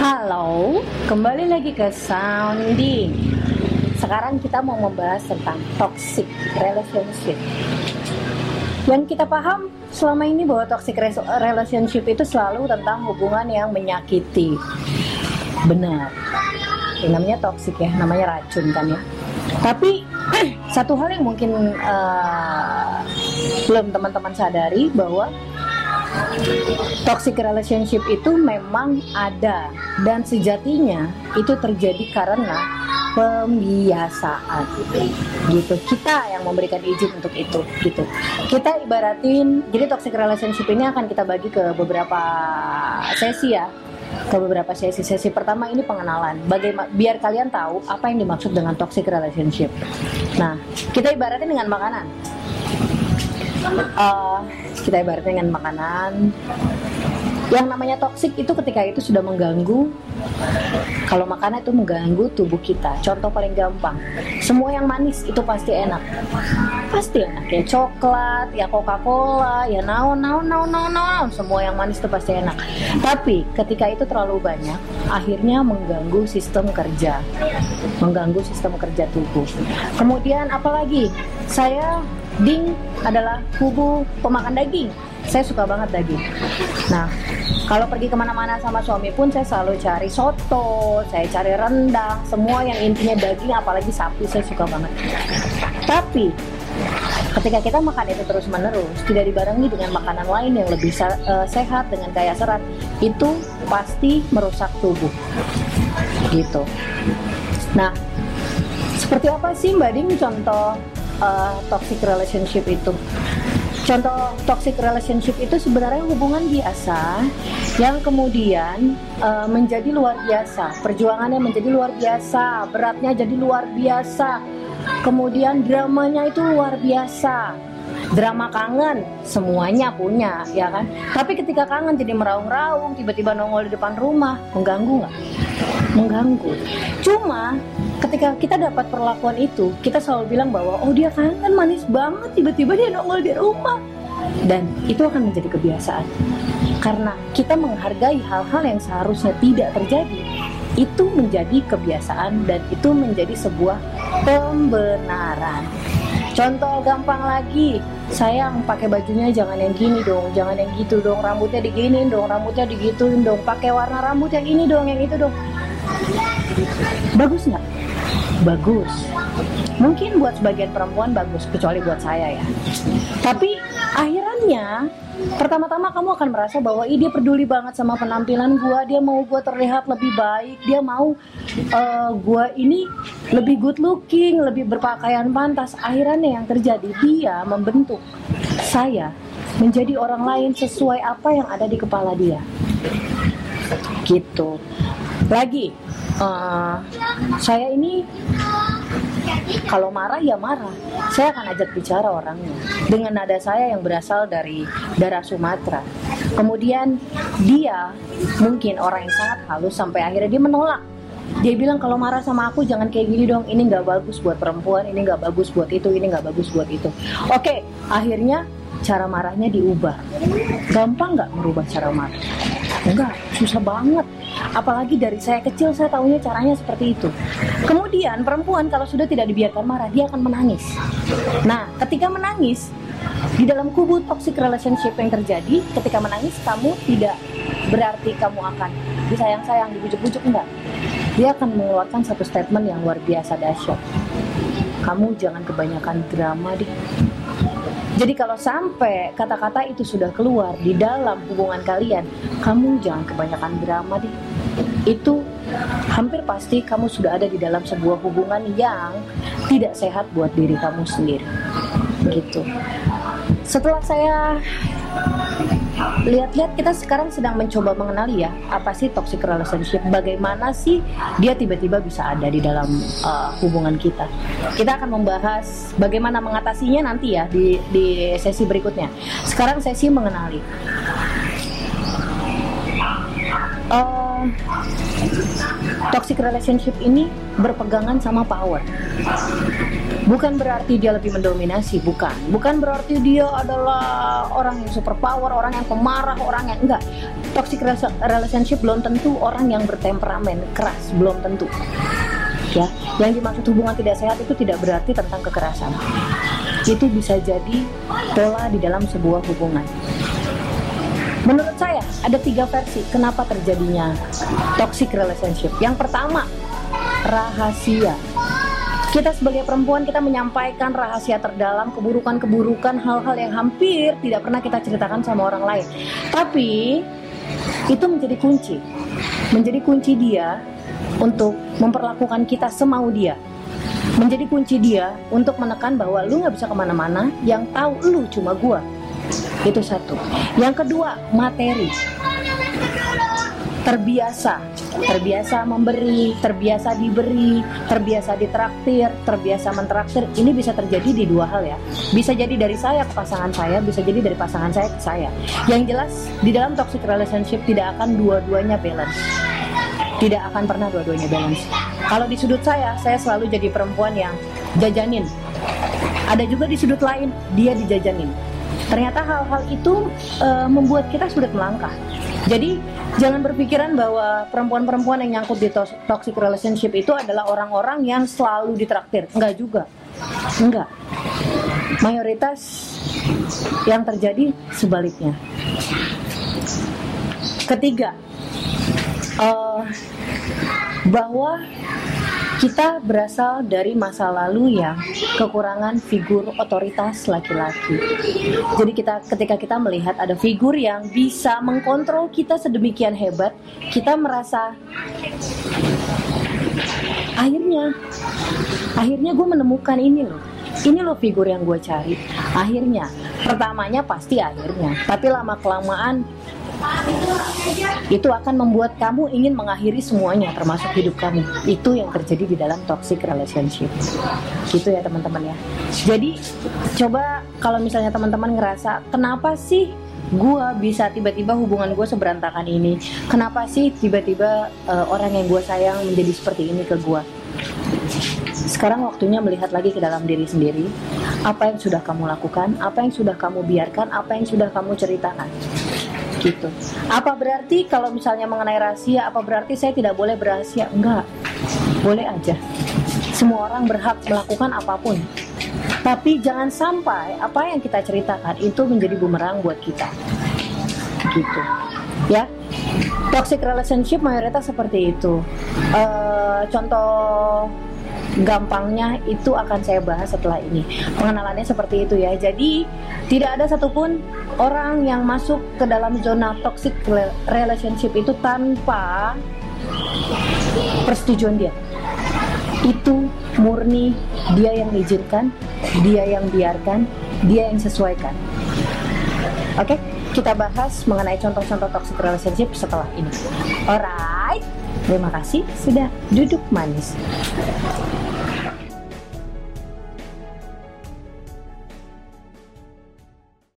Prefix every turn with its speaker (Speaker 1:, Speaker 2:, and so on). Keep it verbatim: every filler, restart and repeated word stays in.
Speaker 1: Halo, kembali lagi ke Sounding. Sekarang kita mau membahas tentang toxic relationship. Yang kita paham selama ini bahwa toxic relationship itu selalu tentang hubungan yang menyakiti. Benar, yang namanya toxic ya, namanya racun kan ya. Tapi satu hal yang mungkin uh, belum teman-teman sadari bahwa toxic relationship itu memang ada dan sejatinya itu terjadi karena pembiasaan gitu. Kita yang memberikan izin untuk itu gitu. Kita ibaratin, jadi toxic relationship ini akan kita bagi ke beberapa sesi ya. Ke beberapa sesi. Sesi pertama ini pengenalan. Bagaimana biar kalian tahu apa yang dimaksud dengan toxic relationship. Nah, kita ibaratin dengan makanan. Uh, kita ibaratnya dengan makanan. Yang namanya toksik itu ketika itu sudah mengganggu. Kalau makanan itu mengganggu tubuh kita. Contoh paling gampang, semua yang manis itu pasti enak. Pasti enak ya, coklat, ya Coca-Cola, ya naon naon naon naon naon. Semua yang manis itu pasti enak. Tapi ketika itu terlalu banyak, akhirnya mengganggu sistem kerja. Mengganggu sistem kerja tubuh. Kemudian apalagi? Saya Ding adalah kubu pemakan daging. Saya suka banget daging. Nah, kalau pergi kemana-mana sama suami pun saya selalu cari soto, saya cari rendang, semua yang intinya daging, apalagi sapi saya suka banget. Tapi ketika kita makan itu terus-menerus, tidak dibarengi dengan makanan lain yang lebih uh, sehat dengan kaya serat, itu pasti merusak tubuh. Gitu. Nah, seperti apa sih Mbak Ding contoh Uh, toxic relationship itu? Contoh toxic relationship itu sebenarnya hubungan biasa yang kemudian uh, menjadi luar biasa, perjuangannya menjadi luar biasa, beratnya jadi luar biasa, kemudian dramanya itu luar biasa. Drama kangen semuanya punya, ya kan? Tapi ketika kangen jadi meraung-raung, tiba-tiba nongol di depan rumah, mengganggu nggak? Mengganggu. Cuma ketika kita dapat perlakuan itu, kita selalu bilang bahwa oh dia kangen manis banget, tiba-tiba dia nongol di rumah. Dan itu akan menjadi kebiasaan. Karena kita menghargai hal-hal yang seharusnya tidak terjadi, itu menjadi kebiasaan dan itu menjadi sebuah pembenaran. Contoh gampang lagi, sayang pakai bajunya jangan yang gini dong, jangan yang gitu dong, rambutnya diginiin dong, rambutnya digituin dong, pakai warna rambut yang ini dong, yang itu dong. Bagus nggak? Bagus. Mungkin buat sebagian perempuan bagus, kecuali buat saya ya. Tapi akhirannya, pertama-tama kamu akan merasa bahwa ih, dia peduli banget sama penampilan gua, dia mau gua terlihat lebih baik, dia mau uh, gua ini lebih good looking, lebih berpakaian pantas. Akhirannya yang terjadi, dia membentuk saya menjadi orang lain sesuai apa yang ada di kepala dia. Gitu. Lagi, uh, saya ini kalau marah ya marah, saya akan ajak bicara orangnya dengan nada saya yang berasal dari daerah Sumatera. Kemudian dia mungkin orang yang sangat halus sampai akhirnya dia menolak. Dia bilang kalau marah sama aku jangan kayak gini dong, ini nggak bagus buat perempuan, ini nggak bagus buat itu, ini nggak bagus buat itu. Oke, akhirnya cara marahnya diubah. Gampang nggak merubah cara marah? Enggak, susah banget. Apalagi dari saya kecil saya tahunya caranya seperti itu. Kemudian perempuan kalau sudah tidak dibiarkan marah, dia akan menangis. Nah, ketika menangis, di dalam kubu toxic relationship yang terjadi, ketika menangis kamu tidak berarti kamu akan disayang-sayang, dibujuk-bujuk, enggak. Dia akan mengeluarkan satu statement yang luar biasa dahsyat. Kamu jangan kebanyakan drama deh. Jadi kalau sampai kata-kata itu sudah keluar di dalam hubungan kalian, kamu jangan kebanyakan drama deh. Itu hampir pasti kamu sudah ada di dalam sebuah hubungan yang tidak sehat buat diri kamu sendiri. Gitu. Setelah saya lihat-lihat, kita sekarang sedang mencoba mengenali ya, apa sih toxic relationship, bagaimana sih dia tiba-tiba bisa ada di dalam uh, hubungan kita. Kita akan membahas bagaimana mengatasinya nanti ya di, di sesi berikutnya. Sekarang sesi mengenali. Uh, toxic relationship ini berpegangan sama power. Bukan berarti dia lebih mendominasi, bukan. Bukan berarti dia adalah orang yang super power, orang yang pemarah, orang yang enggak. Toxic relationship belum tentu orang yang bertemperamen keras, belum tentu. Ya, yang dimaksud hubungan tidak sehat itu tidak berarti tentang kekerasan. Itu bisa jadi pola di dalam sebuah hubungan. Menurut saya ada tiga versi kenapa terjadinya toxic relationship. Yang pertama, rahasia. Kita sebagai perempuan, kita menyampaikan rahasia terdalam, keburukan-keburukan, hal-hal yang hampir tidak pernah kita ceritakan sama orang lain. Tapi itu menjadi kunci, menjadi kunci dia untuk memperlakukan kita semau dia, menjadi kunci dia untuk menekan bahwa lu gak bisa kemana-mana, yang tahu lu cuma gua. Itu satu. Yang kedua, materi. Terbiasa, terbiasa memberi, terbiasa diberi, terbiasa ditraktir, terbiasa mentraktir. Ini bisa terjadi di dua hal ya. Bisa jadi dari saya ke pasangan saya, bisa jadi dari pasangan saya ke saya. Yang jelas di dalam toxic relationship tidak akan dua-duanya balance. Tidak akan pernah dua-duanya balance. Kalau di sudut saya, saya selalu jadi perempuan yang jajanin. Ada juga di sudut lain, dia dijajanin. Ternyata hal-hal itu e, membuat kita sulit melangkah. Jadi jangan berpikiran bahwa perempuan-perempuan yang nyangkut di to- toxic relationship itu adalah orang-orang yang selalu ditraktir. Enggak juga. Enggak. Mayoritas yang terjadi sebaliknya. Ketiga, e, bahwa kita berasal dari masa lalu yang kekurangan figur otoritas laki-laki. Jadi kita ketika kita melihat ada figur yang bisa mengkontrol kita sedemikian hebat, kita merasa akhirnya akhirnya gue menemukan ini loh. Ini loh figur yang gue cari. Akhirnya, pertamanya pasti akhirnya, tapi lama-kelamaan itu akan membuat kamu ingin mengakhiri semuanya, termasuk hidup kamu. Itu yang terjadi di dalam toxic relationship. Gitu ya teman-teman ya. Jadi coba kalau misalnya teman-teman ngerasa, kenapa sih gue bisa tiba-tiba hubungan gue seberantakan ini? Kenapa sih tiba-tiba uh, orang yang gue sayang menjadi seperti ini ke gue? Sekarang waktunya melihat lagi ke dalam diri sendiri. Apa yang sudah kamu lakukan, apa yang sudah kamu biarkan, apa yang sudah kamu ceritakan. Gitu. Apa berarti kalau misalnya mengenai rahasia, apa berarti saya tidak boleh berahasia? Enggak, boleh aja. Semua orang berhak melakukan apapun. Tapi jangan sampai apa yang kita ceritakan itu menjadi bumerang buat kita. Gitu. Ya. Toxic relationship mayoritas seperti itu. Uh, contoh gampangnya itu akan saya bahas setelah ini. Pengenalannya seperti itu ya. Jadi tidak ada satupun orang yang masuk ke dalam zona toxic relationship itu tanpa persetujuan dia. Itu murni dia yang izinkan, dia yang biarkan, dia yang sesuaikan. Oke, kita bahas mengenai contoh-contoh toxic relationship setelah ini. Alright, terima kasih sudah duduk manis.